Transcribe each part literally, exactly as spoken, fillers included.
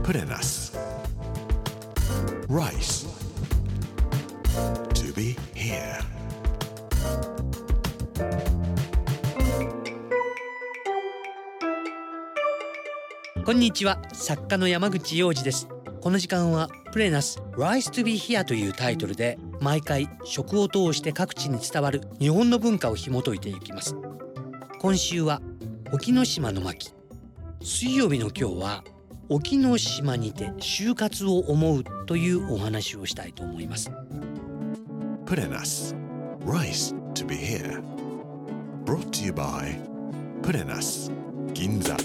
プレナス Rice to be here。 こんにちは、作家の山口洋二です。この時間はプレナス Rice to be here というタイトルで毎回食を通して各地に伝わる日本の文化を紐解いていきます。今週は沖ノ島の巻。水曜日の今日は沖ノ島にて就活を思うというお話をしたいと思います。 プレナス Rice to be here Brought to you by プレナス銀座。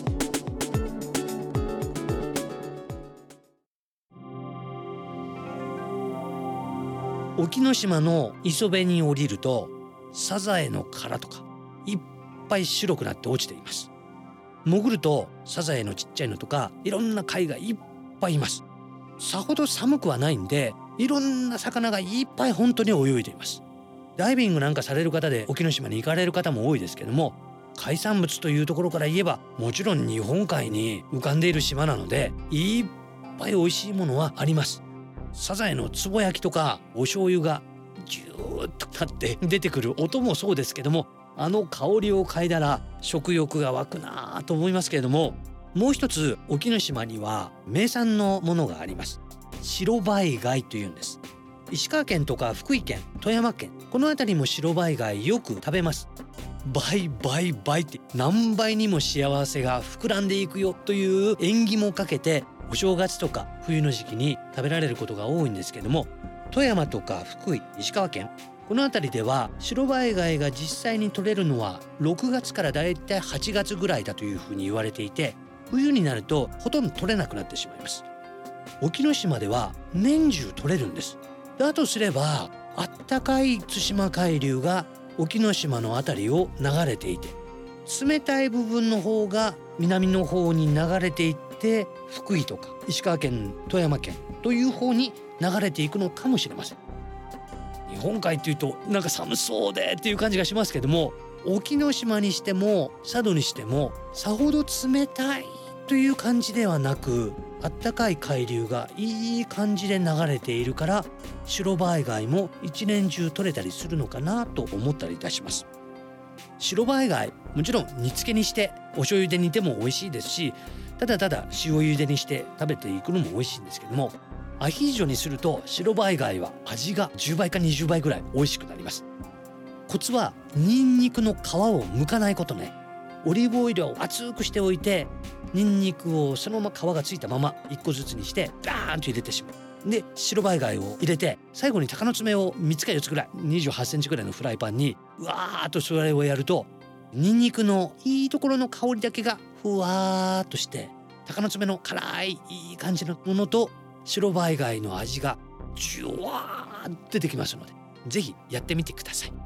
沖ノ島の磯辺に降りるとサザエの殻とかいっぱい白くなって落ちています。潜るとサザエのちっちゃいのとかいろんな貝がいっぱいいます。さほど寒くはないんでいろんな魚がいっぱい本当に泳いでいます。ダイビングなんかされる方で沖ノ島に行かれる方も多いですけども、海産物というところから言えばもちろん日本海に浮かんでいる島なのでいっぱい美味しいものはあります。サザエのつぼ焼きとかお醤油がジューッとなって出てくる音もそうですけども、あの香りを嗅いだら食欲が湧くなと思いますけれども、もう一つ沖ノ島には名産のものがあります。白バイ貝というんです。石川県とか福井県、富山県、この辺りも白バイ貝よく食べます。倍倍倍って何倍にも幸せが膨らんでいくよという縁起もかけてお正月とか冬の時期に食べられることが多いんですけども、富山とか福井、石川県、この辺りでは白バイ貝が実際に取れるのはろくがつからだいたいはちがつぐらいだというふうに言われていて、冬になるとほとんど取れなくなってしまいます。沖ノ島では年中取れるんです。だとすればあったかい対馬海流が沖ノ島の辺りを流れていて、冷たい部分の方が南の方に流れていって福井とか石川県、富山県という方に流れていくのかもしれません。日本海っていうとなんか寒そうでっていう感じがしますけども、沖ノ島にしても佐渡にしてもさほど冷たいという感じではなく、あったかい海流がいい感じで流れているから白バイ貝も一年中取れたりするのかなと思ったりいたします。白バイ貝もちろん煮付けにしてお醤油で煮ても美味しいですし、ただただ塩茹でにして食べていくのも美味しいんですけども、アヒージョにすると白バイ貝は味がじゅうばいかにじゅうばいぐらい美味しくなります。コツはニンニクの皮を剥かないことね。オリーブオイルを熱くしておいてニンニクをそのまま皮がついたままいっこずつにしてバーンと入れてしまう。で白バイ貝を入れて最後に鷹の爪をみっつかよっつぐらいにじゅうはちセンチぐらいのフライパンにうわーっとそれをやると、ニンニクのいいところの香りだけがふわーっとして鷹の爪の辛いいい感じのものと白バイ貝の味がジュワーッ出てきますので、ぜひやってみてください。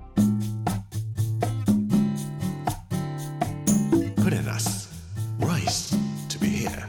プレナス Rice to be here。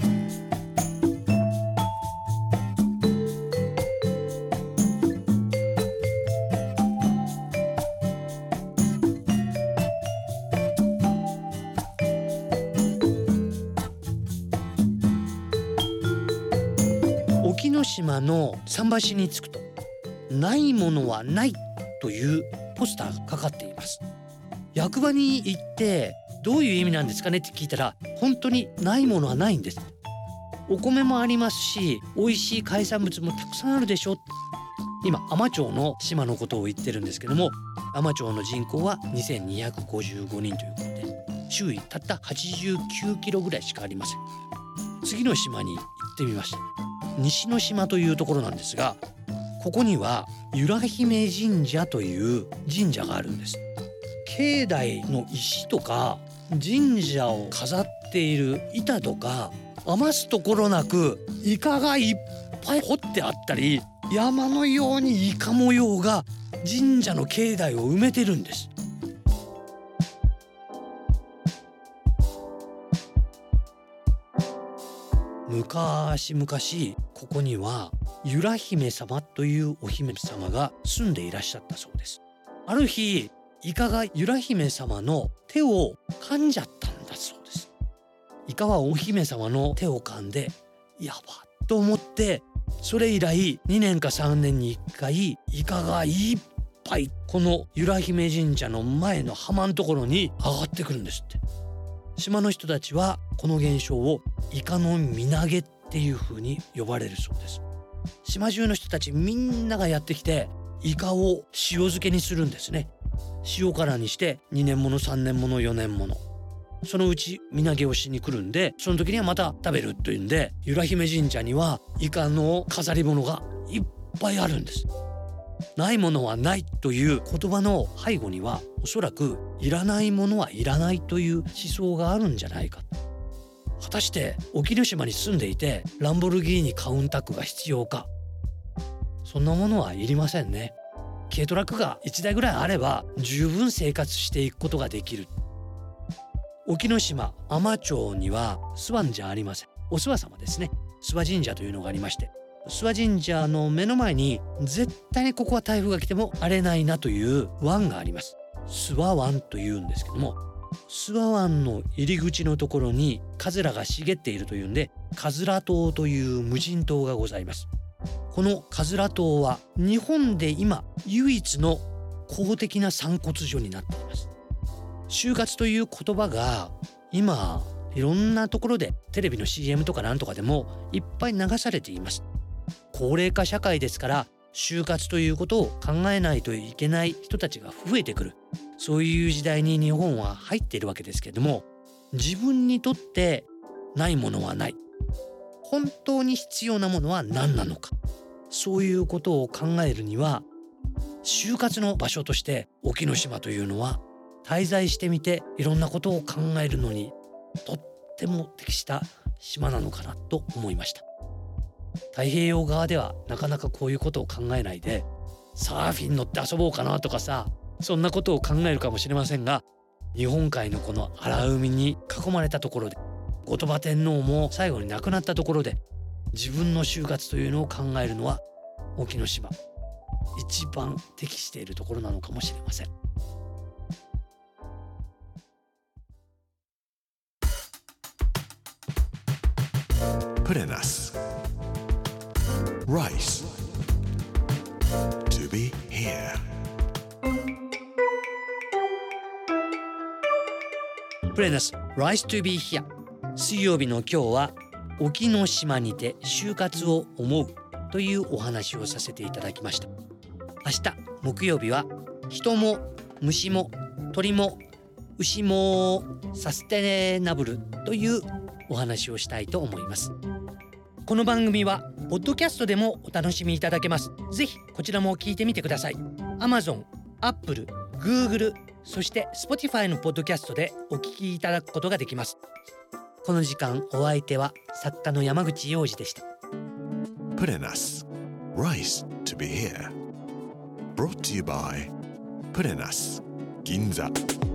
沖ノ島の桟橋に着くとないものはないというポスターがかかっています。役場に行ってどういう意味なんですかねって聞いたら、本当にないものはないんです。お米もありますし美味しい海産物もたくさんあるでしょ。今海士町の島のことを言ってるんですけども、海士町の人口はにせんにひゃくごじゅうごにんということで周囲たったはちじゅうきゅうキロぐらいしかありません。次の島に行ってみました。西之島というところなんですが、ここには由良姫神社という神社があるんです。境内の石とか神社を飾っている板とか余すところなくイカがいっぱい掘ってあったり、山のようにイカ模様が神社の境内を埋めてるんです。昔々ここには由良姫様というお姫様が住んでいらっしゃったそうです。ある日イカが由良姫様の手を噛んじゃったんだそうです。イカはお姫様の手を噛んでやばっと思って、それ以来にねんかさんねんにいっかいイカがいっぱいこの由良姫神社の前の浜のところに上がってくるんですって。島の人たちはこの現象をイカの身投げっていう風に呼ばれるそうです。島中の人たちみんながやってきてイカを塩漬けにするんですね。塩辛にしてにねんものさんねんものよねんもの、そのうち身投げをしに来るんで、その時にはまた食べるというんで、由良姫神社にはイカの飾り物がいっぱいあるんです。ないものはないという言葉の背後には、おそらくいらないものはいらないという思想があるんじゃないか。果たして沖ノ島に住んでいてランボルギーニカウンタックが必要か。そんなものはいりませんね。軽トラックがいちだいぐらいあれば十分生活していくことができる。沖ノ島海士町には諏訪じゃありません。お諏訪様ですね。諏訪神社というのがありまして、諏訪神社の目の前に絶対にここは台風が来ても荒れないなという湾があります。諏訪湾というんですけども、諏訪湾の入り口のところにカズラが茂っているというんで、カズラ島という無人島がございます。このカズラ島は日本で今唯一の公的な散骨所になっています。就活という言葉が今いろんなところでテレビの シーエム とかなんとかでもいっぱい流されています。高齢化社会ですから、就活ということを考えないといけない人たちが増えてくる、そういう時代に日本は入っているわけですけれども、自分にとってないものはない、本当に必要なものは何なのか、そういうことを考えるには、就活の場所として沖ノ島というのは滞在してみていろんなことを考えるのにとっても適した島なのかなと思いました。太平洋側ではなかなかこういうことを考えないで、サーフィン乗って遊ぼうかなとかさ、そんなことを考えるかもしれませんが、日本海のこの荒海に囲まれたところで、後鳥羽天皇も最後に亡くなったところで、自分の就活というのを考えるのは沖ノ島一番適しているところなのかもしれません。 プレナス Rice to be here。 プレナス Rice to be here。 水曜日の今日は沖ノ島にて就活を思うというお話をさせていただきました。明日木曜日は人も虫も鳥も牛もサステナブルというお話をしたいと思います。この番組はポッドキャストでもお楽しみいただけます。ぜひこちらも聞いてみてください。 Amazon、Apple、Google、そして Spotify のポッドキャストでお聞きいただくことができます。この時間お相手は作家の山口洋二でした。 プレナス Rice to be here。 Brought to you by プレナス銀座。